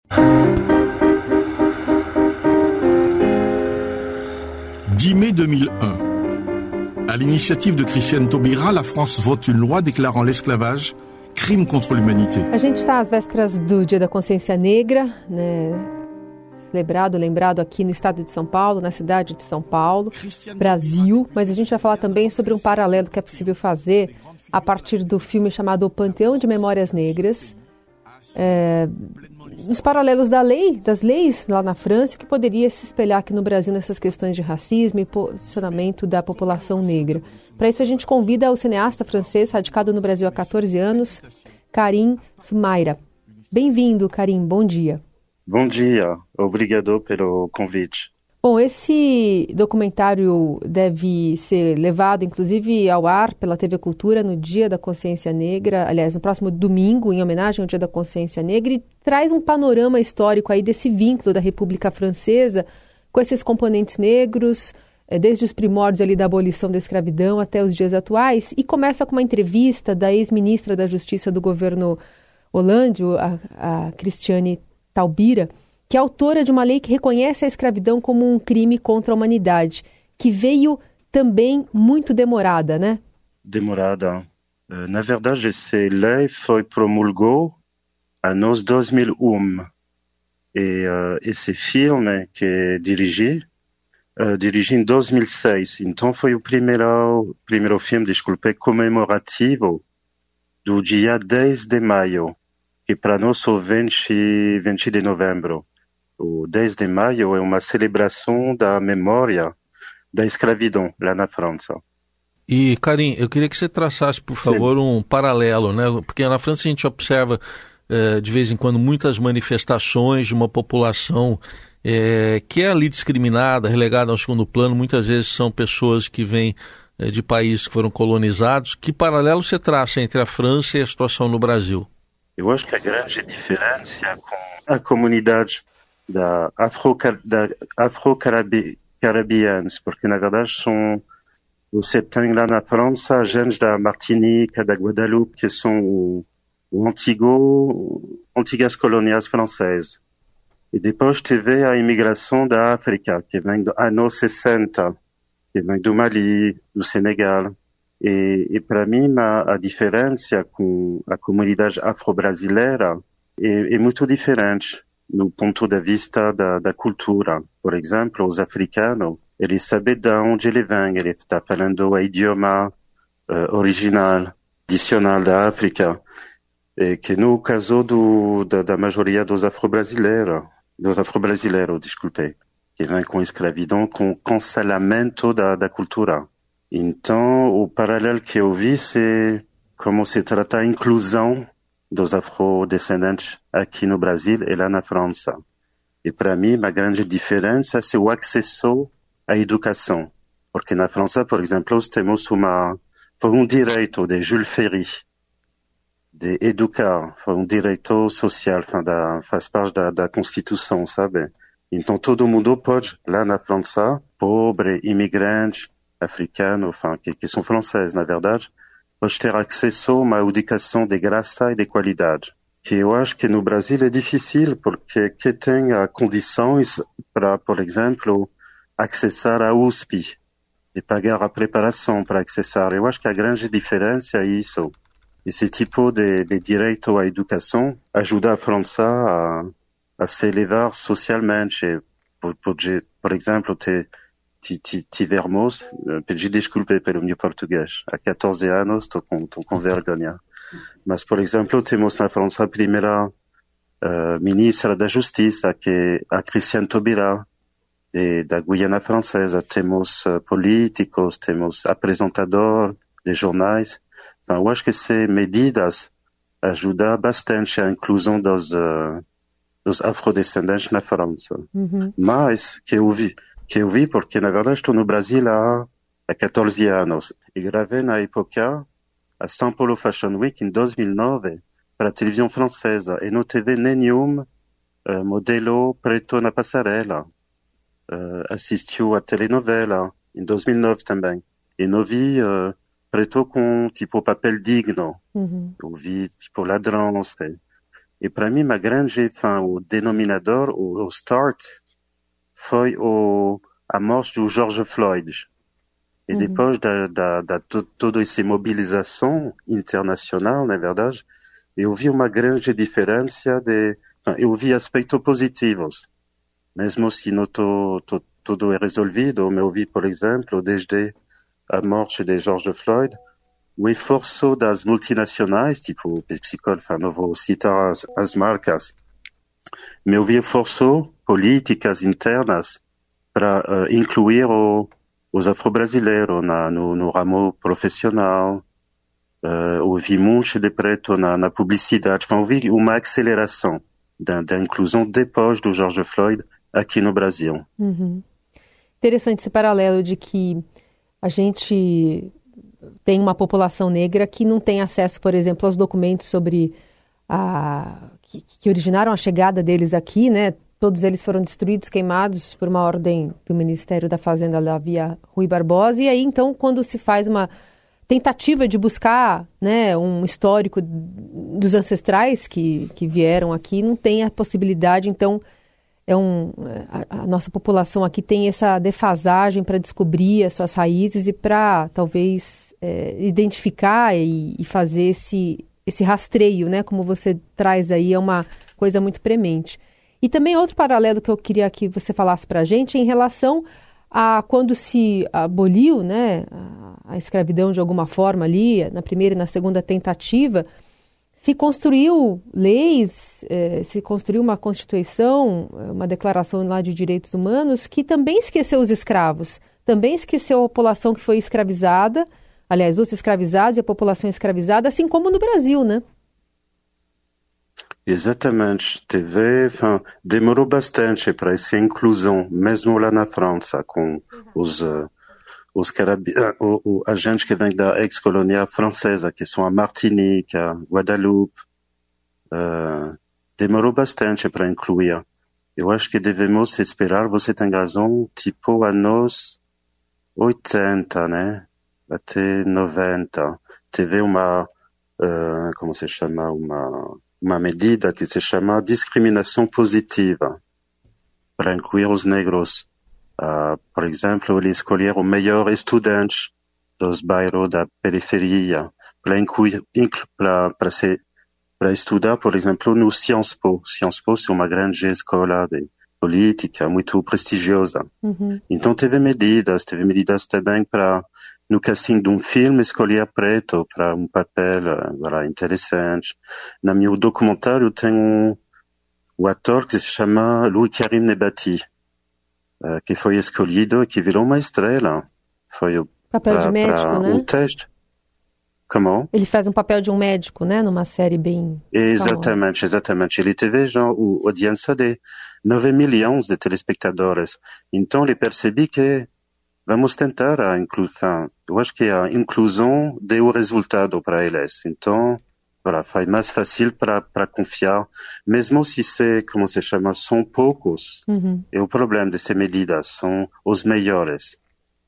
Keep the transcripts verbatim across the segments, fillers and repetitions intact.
dix mai deux mille un. À l'initiative de Christiane Taubira, la France vote une loi déclarant l'esclavage crime contre l'humanité. A gente está às vésperas do Dia da Consciência Negra, né? Celebrado, lembrado aqui no estado de São Paulo, na cidade de São Paulo, Brasil. Mas a gente vai falar também sobre um paralelo que é possível fazer a partir do filme chamado O Panteão de Memórias Negras. É, os paralelos da lei, das leis lá na França, que poderia se espelhar aqui no Brasil nessas questões de racismo e posicionamento da população negra. Para isso a gente convida o cineasta francês, radicado no Brasil há catorze anos, Karim Soumaïra. Bem-vindo, Karim, bom dia. Bom dia, obrigado pelo convite. Bom, esse documentário deve ser levado, inclusive, ao ar pela T V Cultura no Dia da Consciência Negra, aliás, no próximo domingo, em homenagem ao Dia da Consciência Negra, e traz um panorama histórico aí desse vínculo da República Francesa com esses componentes negros, desde os primórdios ali da abolição da escravidão até os dias atuais, e começa com uma entrevista da ex-ministra da Justiça do governo Hollande, a, a Christiane Taubira, que é autora de uma lei que reconhece a escravidão como um crime contra a humanidade, que veio também muito demorada, né? Demorada. Na verdade, essa lei foi promulgada em dois mil e um. E uh, esse filme que dirigi, uh, dirigi em dois mil e seis. Então foi o primeiro, primeiro filme, desculpe, comemorativo do dia dez de maio, que para nós é o vinte, vinte de novembro. O dez de maio é uma celebração da memória da escravidão lá na França. E, Karim, eu queria que você traçasse, por favor, Sim. um paralelo, né? Porque na França a gente observa, eh, de vez em quando, muitas manifestações de uma população eh, que é ali discriminada, relegada ao segundo plano. Muitas vezes são pessoas que vêm eh, de países que foram colonizados. Que paralelo você traça entre a França e a situação no Brasil? Eu acho que a grande diferença com a comunidade da afro-carabianos, porque na verdade são, você tem lá na França gente da Martinica, da Guadalupe, que são o, o antigo, antigas colônias francesas. E depois teve a imigração da África, que vem dos anos sessenta, que vem do Mali, do Senegal. E, e para mim a, a diferença com a comunidade afro-brasileira é, é muito diferente no ponto de vista da, da cultura. Por exemplo, os africanos, eles sabem de onde ele vem, ele está falando o idioma uh, original, tradicional da África, e que no caso do, da, da maioria dos afro-brasileiros, dos afro-brasileiros, desculpe, que vem com escravidão, com cancelamento da, da cultura. Então, o paralelo que eu vi, é como se trata a inclusão dos afrodescendentes aqui no Brasil e lá na França. E para mim, a grande diferença é o acesso à educação. Porque na França, por exemplo, temos uma, foi um direito de Jules Ferry de educar, foi um direito social, da, faz parte da, da Constituição, sabe? Então todo mundo pode, lá na França, pobre, imigrantes, africanos, enfin, que, que são franceses, na verdade, pode ter acesso a uma educação de graça e de qualidade. Que eu acho que no Brasil é difícil, porque que tem condições para, por exemplo, acessar a U S P e pagar a preparação para acessar. Eu acho que a grande diferença é isso. Esse tipo de, de direito à educação ajuda a França a, a se elevar socialmente. Por, por, por exemplo, te, Tivemos, pedi desculpa pelo meu português, há catorze anos estou com, estou com vergonha. Mas, por exemplo, temos na França a primeira uh, ministra da Justiça, que é a Christiane Taubira, de, da Guiana Francesa. Temos uh, políticos, temos apresentadores de jornais. Então, eu acho que essas medidas ajudam bastante a inclusão dos, uh, dos afrodescendentes na França. Uhum. Mas, que eu vi, que eu vi, porque na verdade estou no Brasil há, há catorze anos e gravei na época a São Paulo Fashion Week em dois mil e nove para a televisão francesa e não teve nenhum uh, modelo preto na passarela. Uh, assistiu a telenovela em dois mil e nove também e não vi uh, preto com tipo papel digno. Uhum. Eu vi tipo ladrões. E para mim, a grande, enfin, o denominador, o, o start, foi o, a morte do George Floyd. E uhum. depois da, da, da to, toda essa mobilização internacional, na verdade, eu vi uma grande diferença de, eu vi aspectos positivos. Mesmo se não to, to, tudo é resolvido, eu vi, por exemplo, desde a morte de George Floyd, o esforço das multinacionais, tipo PepsiCo, enfin, não vou citar as, as marcas, mas eu vi esforço políticas internas para uh, incluir o, os afro-brasileiros na, no, no ramo profissional. Uh, ouvi muito de preto na, na publicidade. Enfin, ouvi uma aceleração da, da inclusão depois do George Floyd aqui no Brasil. Uhum. Interessante esse paralelo de que a gente tem uma população negra que não tem acesso, por exemplo, aos documentos sobre a que, que originaram a chegada deles aqui, né? Todos eles foram destruídos, queimados por uma ordem do Ministério da Fazenda lá via Rui Barbosa. E aí, então, quando se faz uma tentativa de buscar, né, um histórico dos ancestrais que, que vieram aqui, não tem a possibilidade, então, é um, a, a nossa população aqui tem essa defasagem para descobrir as suas raízes e para, talvez, é, identificar e, e fazer esse, esse rastreio, né, como você traz aí, é uma coisa muito premente. E também outro paralelo que eu queria que você falasse para a gente em relação a quando se aboliu, né, a, a escravidão de alguma forma ali, na primeira e na segunda tentativa, se construiu leis, eh, se construiu uma Constituição, uma declaração lá de direitos humanos que também esqueceu os escravos, também esqueceu a população que foi escravizada, aliás, os escravizados e a população escravizada, assim como no Brasil, né? Exatamente. Teve, enfin, demorou bastante para essa inclusão, mesmo lá na França, com os, uh, os carabi- uh, o, o agentes que vêm da ex-colônia francesa, que são a Martinique, a Guadeloupe. Uh, demorou bastante para incluir. Eu acho que devemos esperar, você tem razão, tipo anos oitenta, né? Até noventa. Teve uma, uh, como se chama, uma... uma medida que se chama discriminação positiva para incluir os negros. Uh, por exemplo, ele escolher o melhor estudante dos bairros da periferia para incluir, inclu, para, para, se, para estudar, por exemplo, no Sciences Po. Sciences Po é uma grande escola de política muito prestigiosa. Uhum. Então teve medidas, teve medidas também para, no casting de um filme, escolher preto para um papel voilà, interessante. No meu documentário tem um, um ator que se chama Louis-Karim Nebati, uh, que foi escolhido e que virou uma estrela. Foi o papel pra, de médico, né? Um teste. Como? Ele faz um papel de um médico, né? Numa série bem... Exatamente, famosa. Exatamente. Ele teve já uma audiência de nove milhões de telespectadores. Então, ele percebi que vamos tentar a inclusão. Eu acho que a inclusão deu resultado para eles. Então, voilà, foi mais fácil para para confiar. Mesmo se c'est, como se chama, são poucos. Uhum. E o problema dessas medidas são os melhores.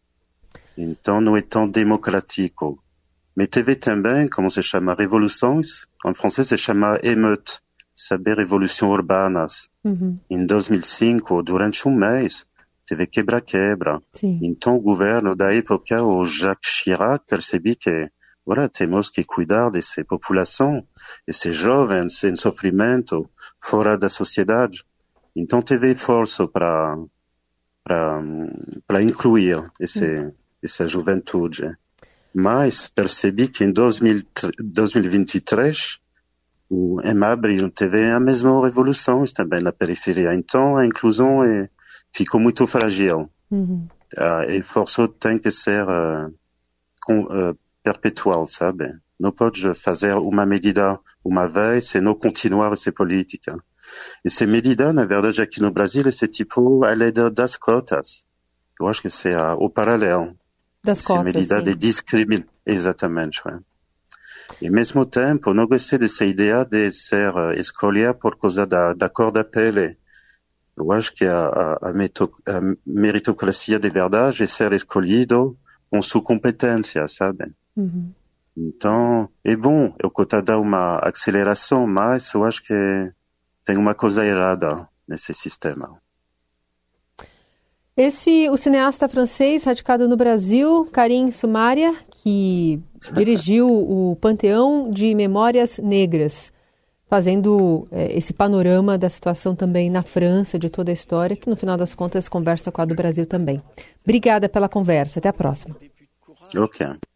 Então, não é tão democrático. Mas teve também, como se chama, revoluções. Em francês se chama émeute, saber revoluções urbanas. Uhum. Em dois mil e cinco, durante um mês, teve quebra-quebra. Sim. Então, o governo da época, o Jacques Chirac, percebeu que, voilà, temos que cuidar dessa população, esses jovens em sofrimento, fora da sociedade. Então, teve esforço para para para incluir esse, uhum. essa juventude. Mas percebi que em dois mil e vinte e três, o, em abril, teve a mesma revolução também na periferia. Então, a inclusão é, ficou muito frágil. Uhum. Uh, e esforço tem que ser uh, com, uh, perpetual, sabe? Não pode fazer uma medida uma vez e não continuar essa política. Essa medida, na verdade, aqui no Brasil, é tipo a lei das cotas. Eu acho que é uh, o paralelo. Das cotas, medida sim. De discriminação. Exatamente, é. E ao mesmo tempo, não gostei dessa ideia de ser uh, escolher por causa da, da cor da pele. Eu acho que a, a, a, meto, a meritocracia de verdade é ser escolhido com sua competência, sabe? Uhum. Então, é bom, eu conto dar uma aceleração, mas eu acho que tem uma coisa errada nesse sistema. Esse, o cineasta francês radicado no Brasil, Karim Soumaria, que dirigiu o Panteão de Memórias Negras, fazendo é, esse panorama da situação também na França, de toda a história, que no final das contas conversa com a do Brasil também. Obrigada pela conversa, até a próxima. Ok.